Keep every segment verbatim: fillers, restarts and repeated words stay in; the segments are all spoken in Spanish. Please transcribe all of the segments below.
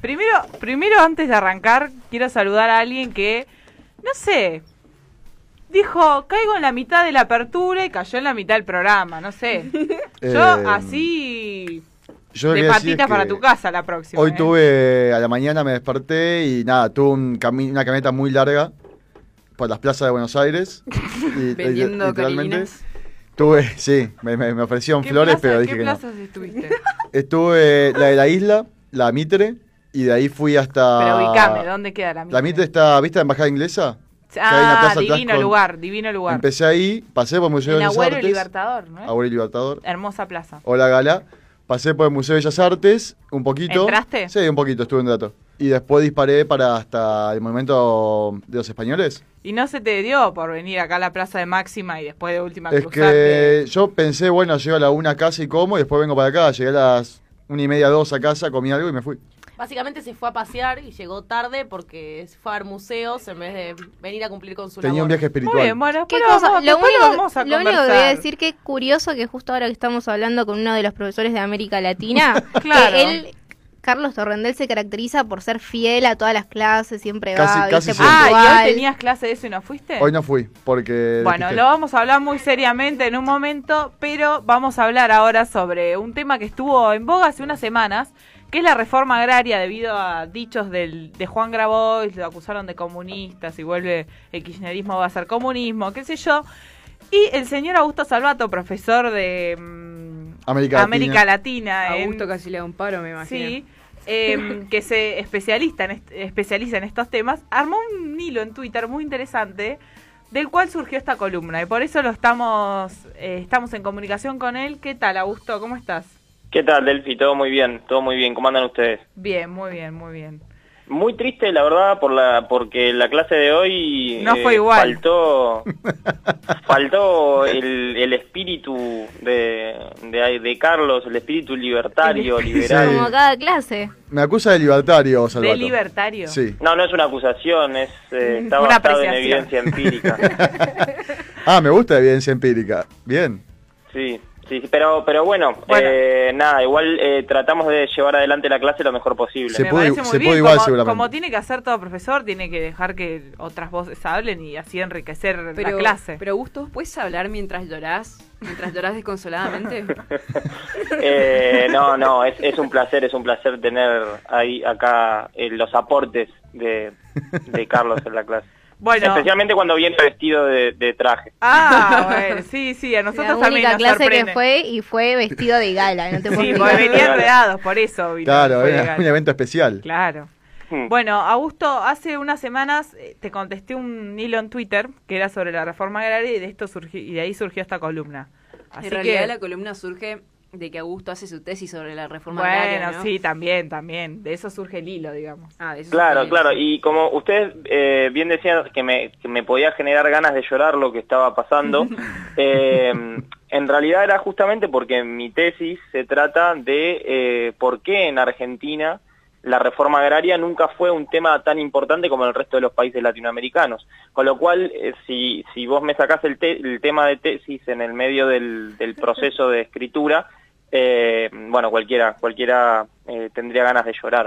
Primero, primero antes de arrancar, quiero saludar a alguien que, no sé, dijo, caigo en la mitad de la apertura y cayó en la mitad del programa, no sé. Yo Eh, así, Yo lo de que decía patitas es para que tu casa la próxima. Hoy ¿eh? tuve, a la mañana me desperté y nada, tuve un cami- una camioneta muy larga por las plazas de Buenos Aires. Y, Vendiendo literalmente. carilinas. Tuve, sí, me, me, me ofrecieron ¿Qué flores, plaza- pero dije ¿Qué que no. plazas estuviste? Estuve la de la isla, la Mitre, y de ahí fui hasta... Pero ubicame, ¿dónde queda la Mitre? La Mitre está, ¿viste la Embajada Inglesa? Que hay una Ah, plaza atrás divino con- lugar, divino lugar. Empecé ahí, pasé por el Museo En de Bellas Agüero y Artes. Libertador, ¿no? Agüero y Libertador. Hermosa plaza. Hola Gala. Pasé por el Museo de Bellas Artes, un poquito. ¿Entraste? Sí, un poquito, estuve un rato. Y después disparé para hasta el Monumento de los Españoles. ¿Y no se te dio por venir acá a la plaza de Máxima y después de última Es cruzarte? que yo pensé, bueno, llego a la una a casa y como, y después vengo para acá. Llegué a las una y media, dos a casa, comí algo y me fui. Básicamente se fue a pasear y llegó tarde porque se fue a ver museos en vez de venir a cumplir con su Tenía labor. un viaje Muy espiritual. bien, bueno, ¿Qué después cosa? vamos, Lo después único, vamos a lo único que voy a conversar. decir que es curioso que justo ahora que estamos hablando con uno de los profesores de América Latina, Claro. que él, Carlos Torrendel, se caracteriza por ser fiel a todas las clases, siempre Casi- va, casi viste, siempre. Ah, ¿y puntual. hoy tenías clase de eso y no fuiste? Hoy no fui, porque... Bueno, dijiste- lo vamos a hablar muy seriamente en un momento, pero vamos a hablar ahora sobre un tema que estuvo en boga hace unas semanas, que es la reforma agraria debido a dichos del, de Juan Grabois, lo acusaron de comunista, si vuelve el kirchnerismo va a ser comunismo, qué sé yo. Y el señor Augusto Salvato, profesor de mm, América Latina. América Latina en- Augusto casi le da un paro, me imagino. Sí, eh, que se especialista en, est- especializa en estos temas, armó un hilo en Twitter muy interesante del cual surgió esta columna y por eso lo estamos eh, estamos en comunicación con él. ¿Qué tal, Augusto? ¿Cómo estás? ¿Qué tal, Delphi? Todo muy bien, todo muy bien. ¿Cómo andan ustedes? Bien, muy bien, muy bien. Muy triste, la verdad, por la porque la clase de hoy No fue igual. faltó faltó el, el espíritu de, de, de Carlos, el espíritu libertario, El- liberal. Como cada clase. Me acusa de libertario, Salvato. ¿De libertario? Sí. No, no es una acusación, es eh, está Una basado en apreciación. evidencia empírica. Ah, me gusta la evidencia empírica. Bien. Sí, sí, sí, pero pero bueno, Bueno. eh, nada, igual eh, tratamos de llevar adelante la clase lo mejor posible. Se Me puede- parece muy se bien, puede igual, como, seguramente. como tiene que hacer todo profesor, tiene que dejar que otras voces hablen y así enriquecer Pero, la clase. pero Augusto, ¿puedes hablar mientras llorás? ¿Mientras llorás desconsoladamente? Eh, no, no, es, es un placer, es un placer tener ahí acá eh, los aportes de, de Carlos en la clase. Bueno, Especialmente cuando viene vestido de, de traje. ah, bueno, sí, sí, a La nosotros también única nos clase sorprende. que fue y fue vestido de gala, no te puedo Sí, explicar. porque venía enredados, por eso vino. Claro, fue era legal. un evento especial. Claro. Hmm. Bueno, Augusto, hace unas semanas eh, te contesté un hilo en Twitter que era sobre la reforma agraria y de esto surgió, y de ahí surgió esta columna. Así en realidad que, la columna surge de que Augusto hace su tesis sobre la reforma bueno, agraria, ¿no? sí, también, también. De eso surge el hilo, digamos. Ah, de eso Claro, surge- claro, y como ustedes eh, bien decían que me, que me podía generar ganas de llorar lo que estaba pasando, eh, en realidad era justamente porque mi tesis se trata de eh, por qué en Argentina la reforma agraria nunca fue un tema tan importante como en el resto de los países latinoamericanos. Con lo cual, eh, si, si vos me sacás el, te- el tema de tesis en el medio del, del proceso de escritura, eh, bueno, cualquiera, cualquiera eh, tendría ganas de llorar.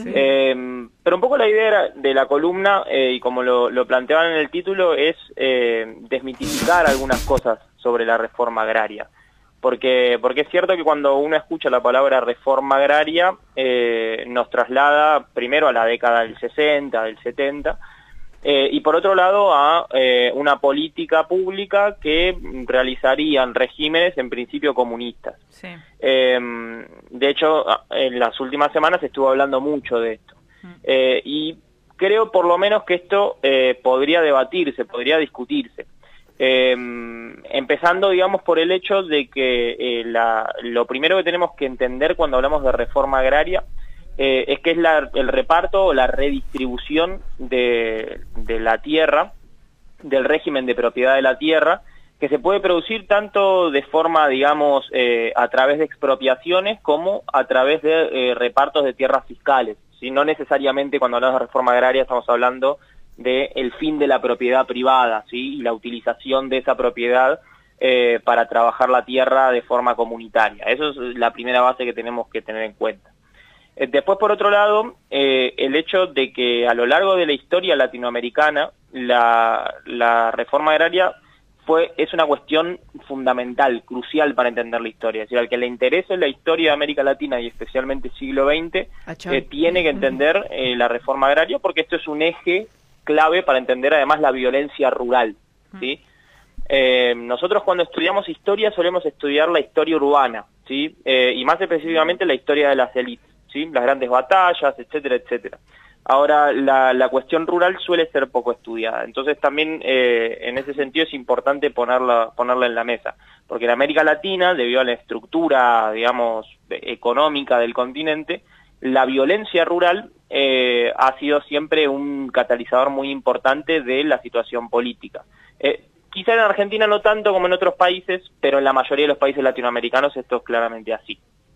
Eh, pero un poco la idea era- de la columna, eh, y como lo, lo planteaban en el título, es eh, desmitificar algunas cosas sobre la reforma agraria. Porque, porque es cierto que cuando uno escucha la palabra reforma agraria, eh, nos traslada primero a la década del sesenta, del setenta, eh, y por otro lado a eh, una política pública que realizarían regímenes en principio comunistas. Sí. Eh, de hecho, en las últimas semanas se estuvo hablando mucho de esto. Eh, y creo por lo menos que esto eh, podría debatirse, podría discutirse. Eh, empezando, digamos, por el hecho de que eh, la, lo primero que tenemos que entender cuando hablamos de reforma agraria eh, es que es la, el reparto o la redistribución de, de la tierra, del régimen de propiedad de la tierra, que se puede producir tanto de forma, digamos, eh, a través de expropiaciones como a través de eh, repartos de tierras fiscales. ¿Sí? No necesariamente cuando hablamos de reforma agraria estamos hablando del fin de la propiedad privada, ¿sí? Y la utilización de esa propiedad eh, para trabajar la tierra de forma comunitaria. Eso es la primera base que tenemos que tener en cuenta. Eh, después, por otro lado, eh, el hecho de que a lo largo de la historia latinoamericana, la, la reforma agraria fue es una cuestión fundamental, crucial para entender la historia. Es decir, al que le interese la historia de América Latina y especialmente siglo veinte, eh, tiene que entender eh, la reforma agraria, porque esto es un eje clave para entender además la violencia rural, ¿sí? Eh, nosotros cuando estudiamos historia solemos estudiar la historia urbana, ¿sí? Eh, y más específicamente la historia de las élites, ¿sí? Las grandes batallas, etcétera, etcétera. Ahora, la, la cuestión rural suele ser poco estudiada, entonces también eh, en ese sentido es importante ponerla, ponerla en la mesa, porque en América Latina, debido a la estructura, digamos, económica del continente, la violencia rural eh, ha sido siempre un catalizador muy importante de la situación política. Eh, quizá en Argentina no tanto como en otros países, pero en la mayoría de los países latinoamericanos esto es claramente así.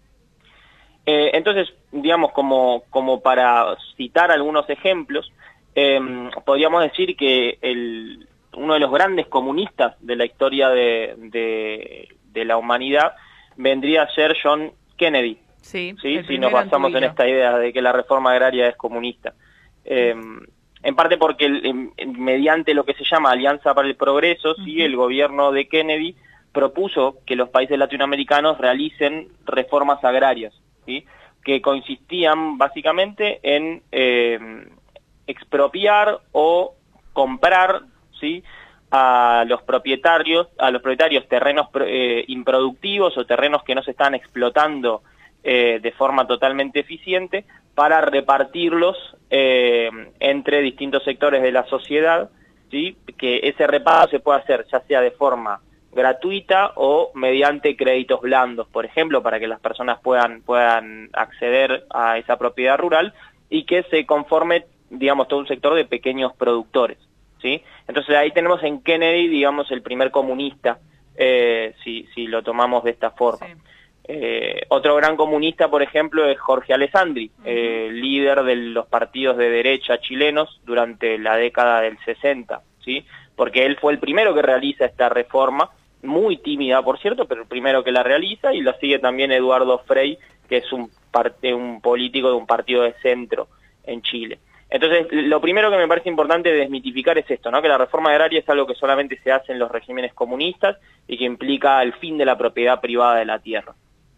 Eh, entonces, digamos, como, como para citar algunos ejemplos, eh, podríamos decir que el, uno de los grandes comunistas de la historia de, de, de la humanidad vendría a ser John Kennedy. Sí, ¿sí? Si nos basamos en esta idea de que la reforma agraria es comunista. Eh, en parte porque el, mediante lo que se llama Alianza para el Progreso, ¿sí? El gobierno de Kennedy propuso que los países latinoamericanos realicen reformas agrarias, ¿sí? Que consistían básicamente en eh, expropiar o comprar, ¿sí? a los propietarios, a los propietarios terrenos eh, improductivos o terrenos que no se están explotando eh, de forma totalmente eficiente, para repartirlos eh, entre distintos sectores de la sociedad, ¿sí? Que ese reparto se puede hacer ya sea de forma gratuita o mediante créditos blandos, por ejemplo, para que las personas puedan, puedan acceder a esa propiedad rural y que se conforme, digamos, todo un sector de pequeños productores, ¿sí? Entonces ahí tenemos en Kennedy, digamos, el primer comunista, eh, si, si lo tomamos de esta forma. Sí. Eh, otro gran comunista, por ejemplo, es Jorge Alessandri, uh-huh. eh, líder de los partidos de derecha chilenos durante la década del sesenta, ¿sí? Porque él fue el primero que realiza esta reforma, muy tímida, por cierto, pero el primero que la realiza, y lo sigue también Eduardo Frei, que es un, parte, un político de un partido de centro en Chile. Entonces, lo primero que me parece importante desmitificar es esto, ¿no? Que la reforma agraria es algo que solamente se hace en los regímenes comunistas y que implica el fin de la propiedad privada de la tierra.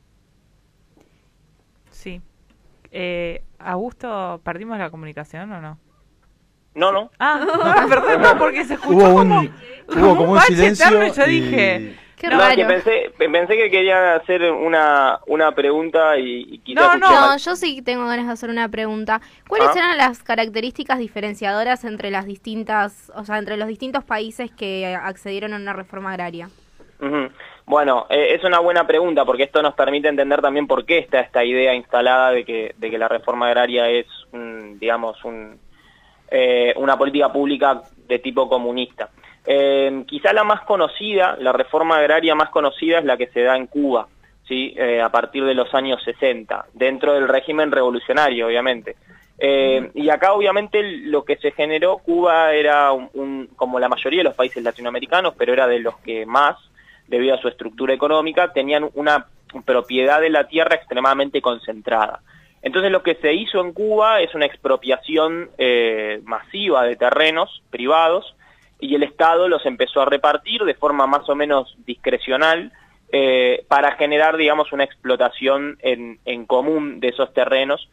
Sí. Eh, Augusto, ¿perdimos la comunicación o no? No, no. Ah, perdón, no, porque se escuchó hubo como, un, hubo como un silencio. Y yo dije... Qué no, raro. que pensé, pensé que querían hacer una, una pregunta y, y quizás... No, no, yo sí tengo ganas de hacer una pregunta. ¿Cuáles ¿Ah? eran las características diferenciadoras entre las distintas, o sea, entre los distintos países que accedieron a una reforma agraria? Uh-huh. Bueno, eh, es una buena pregunta porque esto nos permite entender también por qué está esta idea instalada de que, de que la reforma agraria es, un, digamos, un... Eh, una política pública de tipo comunista. Eh, quizá la más conocida, la reforma agraria más conocida es la que se da en Cuba, ¿sí? Eh, a partir de los años sesenta, dentro del régimen revolucionario, obviamente. Eh, y acá, obviamente, lo que se generó, Cuba era, un, un, como la mayoría de los países latinoamericanos, pero era de los que más, debido a su estructura económica, tenían una propiedad de la tierra extremadamente concentrada. Entonces lo que se hizo en Cuba es una expropiación eh, masiva de terrenos privados y el Estado los empezó a repartir de forma más o menos discrecional eh, para generar, digamos, una explotación en, en común de esos terrenos,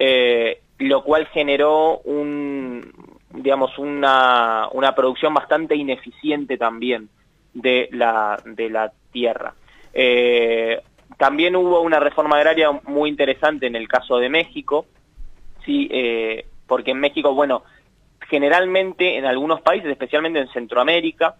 eh, lo cual generó un, digamos, una, una producción bastante ineficiente también de la, de la tierra. Eh, También hubo una reforma agraria muy interesante en el caso de México, sí, eh, porque en México, bueno, generalmente en algunos países, especialmente en Centroamérica,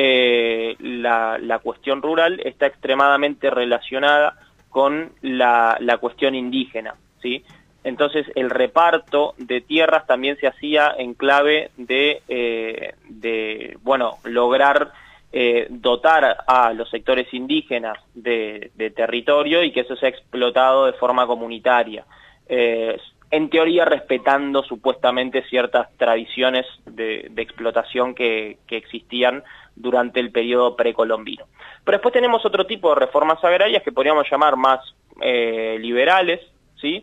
eh, la, la cuestión rural está extremadamente relacionada con la, la cuestión indígena, ¿sí? Entonces el reparto de tierras también se hacía en clave de, eh, de bueno, lograr... Eh, dotar a los sectores indígenas de, de territorio y que eso sea explotado de forma comunitaria, eh, en teoría respetando supuestamente ciertas tradiciones de, de explotación que, que existían durante el periodo precolombino. Pero después tenemos otro tipo de reformas agrarias que podríamos llamar más eh, liberales, ¿sí?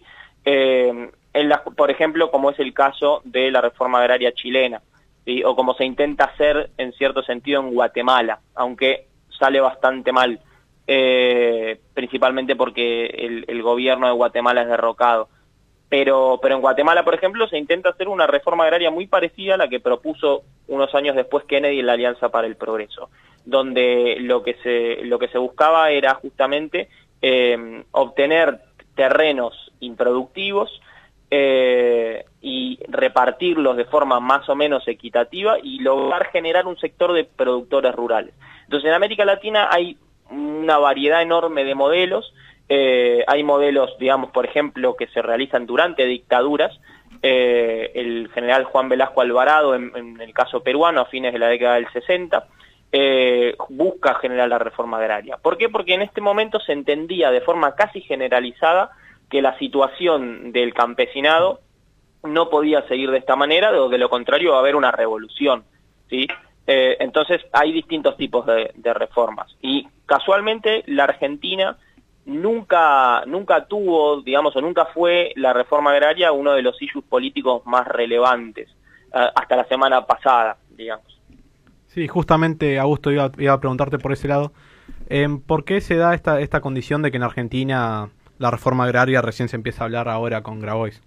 eh, en la, por ejemplo, como es el caso de la reforma agraria chilena, ¿sí? O como se intenta hacer en cierto sentido en Guatemala, aunque sale bastante mal, eh, principalmente porque el, el gobierno de Guatemala es derrocado. Pero, pero en Guatemala, por ejemplo, se intenta hacer una reforma agraria muy parecida a la que propuso unos años después Kennedy en la Alianza para el Progreso, donde lo que se, lo que se buscaba era justamente eh, obtener terrenos improductivos eh, y repartirlos de forma más o menos equitativa y lograr generar un sector de productores rurales. Entonces, en América Latina hay una variedad enorme de modelos. Eh, hay modelos, digamos, por ejemplo, que se realizan durante dictaduras. Eh, el general Juan Velasco Alvarado, en, en el caso peruano, a fines de la década del sesenta, eh, busca generar la reforma agraria. ¿Por qué? Porque en este momento se entendía de forma casi generalizada que la situación del campesinado no podía seguir de esta manera, o de lo contrario va a haber una revolución, ¿sí? Eh, entonces hay distintos tipos de, de reformas. Y casualmente la Argentina nunca nunca tuvo, digamos, o nunca fue la reforma agraria uno de los issues políticos más relevantes, uh, hasta la semana pasada, digamos. Sí, justamente, Augusto, iba, iba a preguntarte por ese lado. Eh, ¿Por qué se da esta, esta condición de que en Argentina la reforma agraria recién se empieza a hablar ahora con Grabois?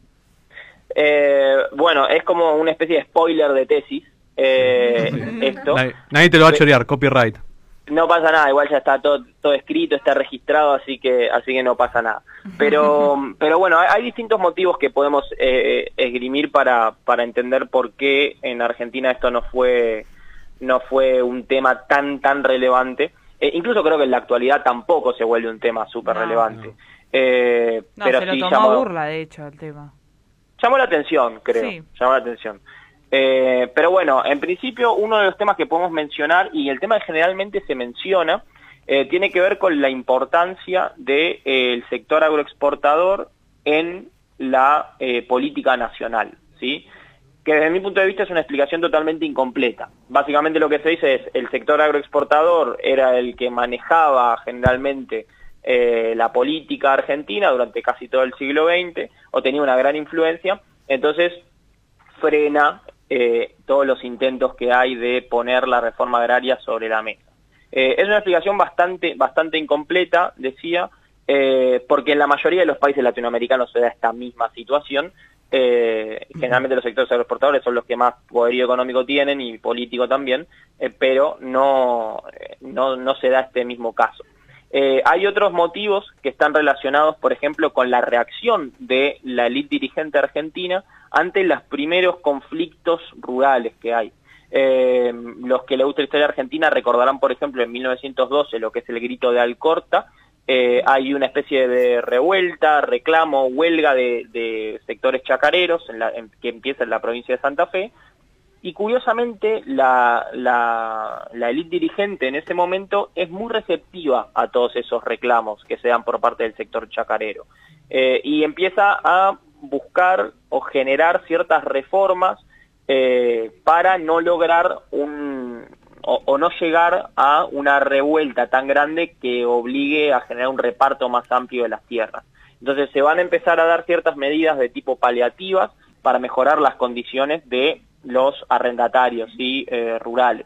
Eh, bueno, es como una especie de spoiler de tesis, eh, sí. esto. Nadie, nadie te lo va a chorear, copyright. No pasa nada, igual ya está todo, todo escrito, está registrado, así que así que no pasa nada. Pero pero bueno, hay, hay distintos motivos que podemos eh, esgrimir para para entender por qué en Argentina esto no fue no fue un tema tan tan relevante. Eh, incluso creo que en la actualidad tampoco se vuelve un tema súper no, relevante. No. Eh, no, pero se lo sí tomó llamó, burla, de hecho, el tema. Llamó la atención, creo. Sí. Llamó la atención. Eh, pero bueno, en principio uno de los temas que podemos mencionar, y el tema que generalmente se menciona, eh, tiene que ver con la importancia del eh, sector agroexportador en la eh, política nacional, ¿sí? Que desde mi punto de vista es una explicación totalmente incompleta. Básicamente lo que se dice es el sector agroexportador era el que manejaba generalmente eh, la política argentina durante casi todo el siglo veinte, o tenía una gran influencia, entonces frena Eh, todos los intentos que hay de poner la reforma agraria sobre la mesa. Eh, es una explicación bastante, bastante incompleta, decía, eh, porque en la mayoría de los países latinoamericanos se da esta misma situación. Eh, generalmente los sectores agroexportadores son los que más poderío económico tienen y político también, eh, pero no, no, no se da este mismo caso. Eh, hay otros motivos que están relacionados, por ejemplo, con la reacción de la élite dirigente argentina ante los primeros conflictos rurales que hay. Eh, los que le gusta la historia argentina recordarán, por ejemplo, en mil novecientos doce, lo que es el grito de Alcorta. Eh, hay una especie de revuelta, reclamo, huelga de, de sectores chacareros en la, en, que empieza en la provincia de Santa Fe. Y curiosamente la, la, la élite dirigente en ese momento es muy receptiva a todos esos reclamos que se dan por parte del sector chacarero. Eh, y empieza a buscar o generar ciertas reformas eh, para no lograr un o, o no llegar a una revuelta tan grande que obligue a generar un reparto más amplio de las tierras. Entonces se van a empezar a dar ciertas medidas de tipo paliativas para mejorar las condiciones de los arrendatarios y eh, rurales.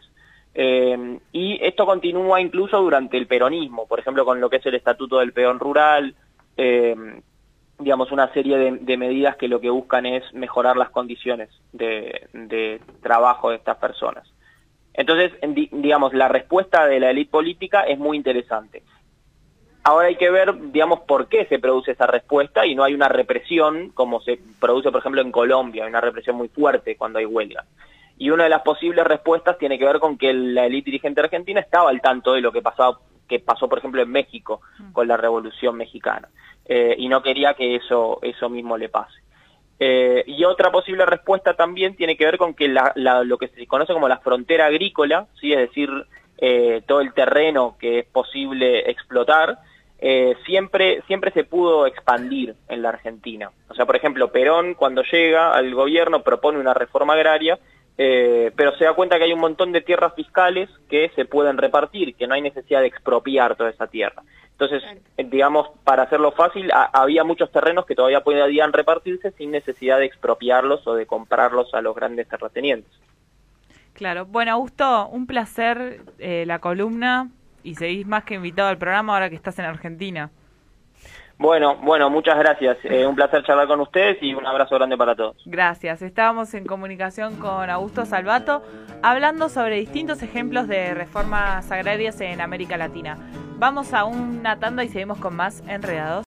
Eh, y esto continúa incluso durante el peronismo, por ejemplo con lo que es el Estatuto del Peón Rural, eh, digamos una serie de, de medidas que lo que buscan es mejorar las condiciones de, de trabajo de estas personas. Entonces, di, digamos, la respuesta de la élite política es muy interesante. Ahora hay que ver, digamos, por qué se produce esa respuesta y no hay una represión como se produce, por ejemplo, en Colombia, hay una represión muy fuerte cuando hay huelga. Y una de las posibles respuestas tiene que ver con que la élite dirigente argentina estaba al tanto de lo que pasaba, que pasó, por ejemplo, en México con la Revolución Mexicana, eh, y no quería que eso, eso mismo le pase. Eh, y otra posible respuesta también tiene que ver con que la, la, lo que se conoce como la frontera agrícola, ¿sí? Es decir, eh, todo el terreno que es posible explotar, Eh, siempre, siempre se pudo expandir en la Argentina. O sea, por ejemplo, Perón cuando llega al gobierno propone una reforma agraria Eh, pero se da cuenta que hay un montón de tierras fiscales que se pueden repartir, que no hay necesidad de expropiar toda esa tierra. Entonces, eh, digamos, para hacerlo fácil, a, había muchos terrenos que todavía podían repartirse sin necesidad de expropiarlos o de comprarlos a los grandes terratenientes. Claro. Bueno, Augusto, un placer eh, la columna y seguís más que invitado al programa ahora que estás en Argentina. Bueno, bueno, muchas gracias. Eh, un placer charlar con ustedes y un abrazo grande para todos. Gracias. Estábamos en comunicación con Augusto Salvato hablando sobre distintos ejemplos de reformas agrarias en América Latina. Vamos a una tanda y seguimos con más Enredados.